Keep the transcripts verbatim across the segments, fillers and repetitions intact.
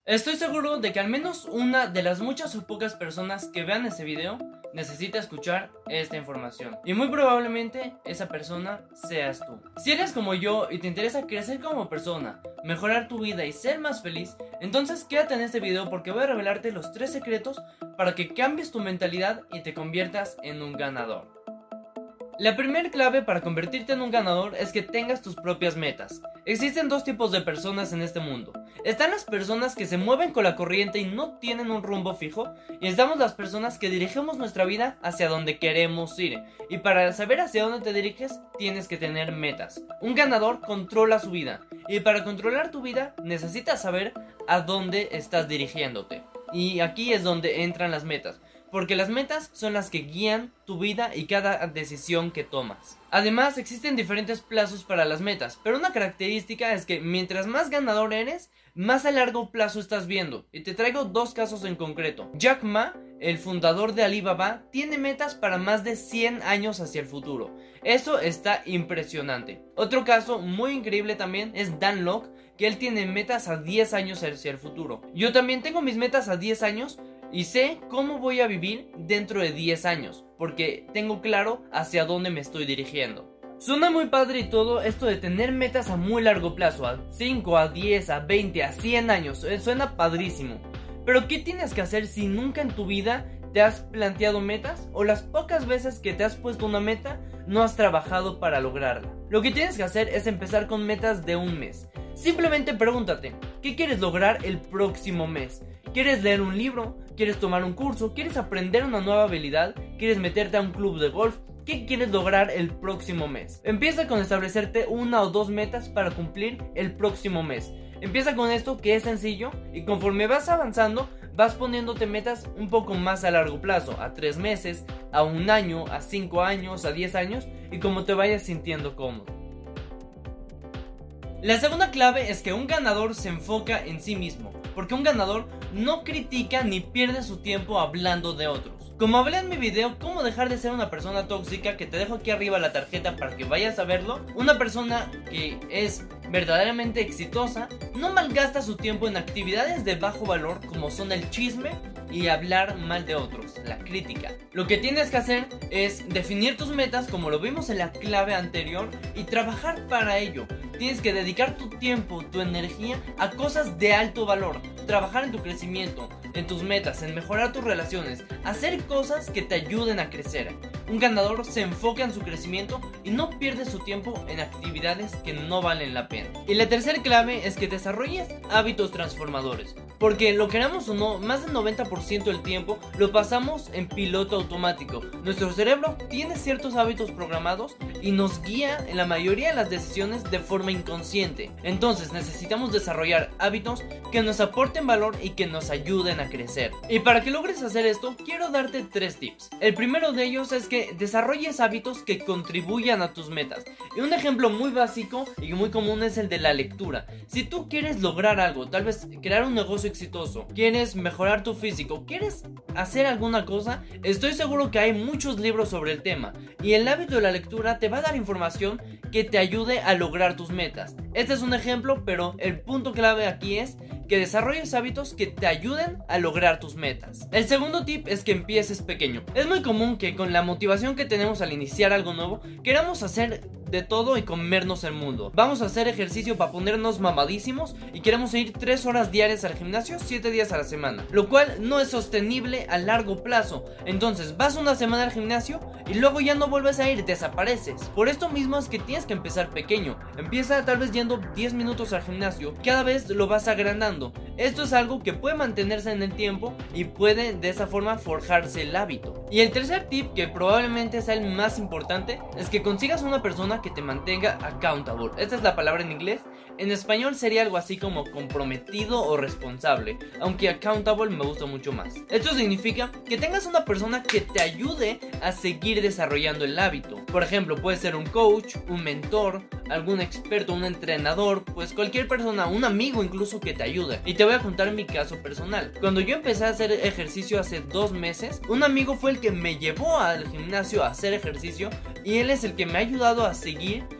Estoy seguro de que al menos una de las muchas o pocas personas que vean ese video necesita escuchar esta información, y muy probablemente esa persona seas tú. Si eres como yo y te interesa crecer como persona, mejorar tu vida y ser más feliz, entonces quédate en este video porque voy a revelarte los tres secretos para que cambies tu mentalidad y te conviertas en un ganador. La primera clave para convertirte en un ganador es que tengas tus propias metas. Existen dos tipos de personas en este mundo. Están las personas que se mueven con la corriente y no tienen un rumbo fijo, y estamos las personas que dirigimos nuestra vida hacia donde queremos ir. Y para saber hacia dónde te diriges, tienes que tener metas. Un ganador controla su vida, y para controlar tu vida necesitas saber a dónde estás dirigiéndote. Y aquí es donde entran las metas, porque las metas son las que guían tu vida y cada decisión que tomas. Además, existen diferentes plazos para las metas, pero una característica es que mientras más ganador eres, más a largo plazo estás viendo. Y te traigo dos casos en concreto. Jack Ma, el fundador de Alibaba, tiene metas para más de cien años hacia el futuro. Eso está impresionante. Otro caso muy increíble también es Dan Lok, que él tiene metas a diez años hacia el futuro. Yo también tengo mis metas a diez años, y sé cómo voy a vivir dentro de diez años, porque tengo claro hacia dónde me estoy dirigiendo. Suena muy padre y todo esto de tener metas a muy largo plazo, a cinco, a diez, a veinte, a cien años, suena padrísimo. Pero ¿qué tienes que hacer si nunca en tu vida te has planteado metas? O las pocas veces que te has puesto una meta, no has trabajado para lograrla. Lo que tienes que hacer es empezar con metas de un mes. Simplemente pregúntate, ¿qué quieres lograr el próximo mes? ¿Quieres leer un libro? ¿Quieres tomar un curso? ¿Quieres aprender una nueva habilidad? ¿Quieres meterte a un club de golf? ¿Qué quieres lograr el próximo mes? Empieza con establecerte una o dos metas para cumplir el próximo mes. Empieza con esto, que es sencillo, y conforme vas avanzando, vas poniéndote metas un poco más a largo plazo, a tres meses, a un año, a cinco años, a diez años, y como te vayas sintiendo cómodo. La segunda clave es que un ganador se enfoca en sí mismo, porque un ganador no critica ni pierde su tiempo hablando de otros. Como hablé en mi video cómo dejar de ser una persona tóxica, que te dejo aquí arriba la tarjeta para que vayas a verlo, una persona que es verdaderamente exitosa no malgasta su tiempo en actividades de bajo valor como son el chisme y hablar mal de otros, la crítica. Lo que tienes que hacer es definir tus metas como lo vimos en la clave anterior y trabajar para ello. Tienes que dedicar tu tiempo, tu energía a cosas de alto valor, trabajar en tu crecimiento, en tus metas, en mejorar tus relaciones, hacer cosas que te ayuden a crecer. Un ganador se enfoca en su crecimiento y no pierde su tiempo en actividades que no valen la pena. Y la tercera clave es que desarrolles hábitos transformadores, porque lo queramos o no, más del noventa por ciento del tiempo lo pasamos en piloto automático. Nuestro cerebro tiene ciertos hábitos programados y nos guía en la mayoría de las decisiones de forma inconsciente. Entonces necesitamos desarrollar hábitos que nos aporten valor y que nos ayuden a crecer. Y para que logres hacer esto, quiero darte tres tips. El primero de ellos es que desarrolles hábitos que contribuyan a tus metas. Y un ejemplo muy básico y muy común es el de la lectura. Si tú quieres lograr algo, tal vez crear un negocio exitoso, quieres mejorar tu físico, quieres hacer alguna cosa, estoy seguro que hay muchos libros sobre el tema, y el hábito de la lectura te va a dar información que te ayude a lograr tus metas. Este es un ejemplo, pero el punto clave aquí es que desarrolles hábitos que te ayuden a lograr tus metas. El segundo tip es que empieces pequeño. Es muy común que con la motivación que tenemos al iniciar algo nuevo, queramos hacer de todo y comernos el mundo. Vamos a hacer ejercicio para ponernos mamadísimos y queremos ir tres horas diarias al gimnasio siete días a la semana, lo cual no es sostenible a largo plazo. Entonces vas una semana al gimnasio y luego ya no vuelves a ir, desapareces. Por esto mismo es que tienes que empezar pequeño. Empieza tal vez yendo diez minutos al gimnasio, cada vez lo vas agrandando. Esto es algo que puede mantenerse en el tiempo y puede de esa forma forjarse el hábito. Y el tercer tip, que probablemente sea el más importante, es que consigas una persona que te mantenga accountable. Esta es la palabra en inglés. En español sería algo así como comprometido o responsable, aunque accountable me gusta mucho más. Esto significa que tengas una persona que te ayude a seguir desarrollando el hábito. Por ejemplo, puede ser un coach, un mentor, algún experto, un entrenador, pues cualquier persona, un amigo incluso que te ayude. Y te voy a contar mi caso personal. Cuando yo empecé a hacer ejercicio hace dos meses, un amigo fue el que me llevó al gimnasio a hacer ejercicio, y él es el que me ha ayudado a seguir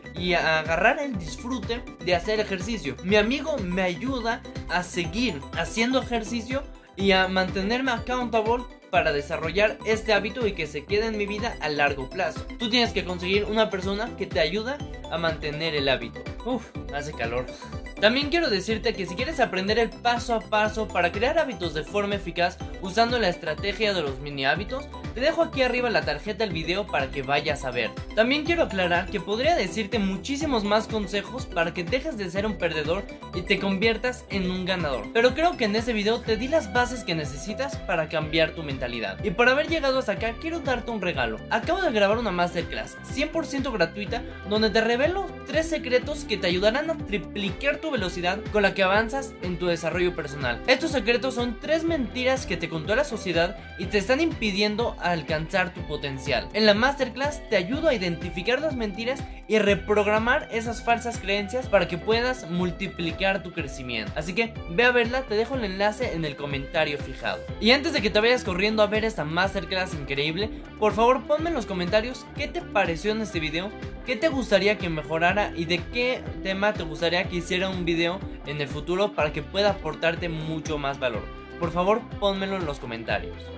y a agarrar el disfrute de hacer ejercicio. Mi amigo me ayuda a seguir haciendo ejercicio y a mantenerme accountable para desarrollar este hábito y que se quede en mi vida a largo plazo. Tú tienes que conseguir una persona que te ayude a mantener el hábito. Uf, hace calor. También quiero decirte que si quieres aprender el paso a paso para crear hábitos de forma eficaz usando la estrategia de los mini hábitos, te dejo aquí arriba la tarjeta del video para que vayas a ver. También quiero aclarar que podría decirte muchísimos más consejos para que dejes de ser un perdedor y te conviertas en un ganador, pero creo que en este video te di las bases que necesitas para cambiar tu mentalidad. Y por haber llegado hasta acá quiero darte un regalo. Acabo de grabar una masterclass cien por ciento gratuita donde te revelo tres secretos que te ayudarán a triplicar tu velocidad con la que avanzas en tu desarrollo personal. Estos secretos son tres mentiras que te contó la sociedad y te están impidiendo alcanzar tu potencial. En la masterclass te ayudo a identificar las mentiras y reprogramar esas falsas creencias para que puedas multiplicar tu crecimiento. Así que ve a verla, te dejo el enlace en el comentario fijado. Y antes de que te vayas corriendo a ver esta masterclass increíble, por favor ponme en los comentarios qué te pareció en este video, qué te gustaría que mejorara y de qué tema te gustaría que hiciera un video en el futuro para que pueda aportarte mucho más valor. Por favor, pónmelo en los comentarios.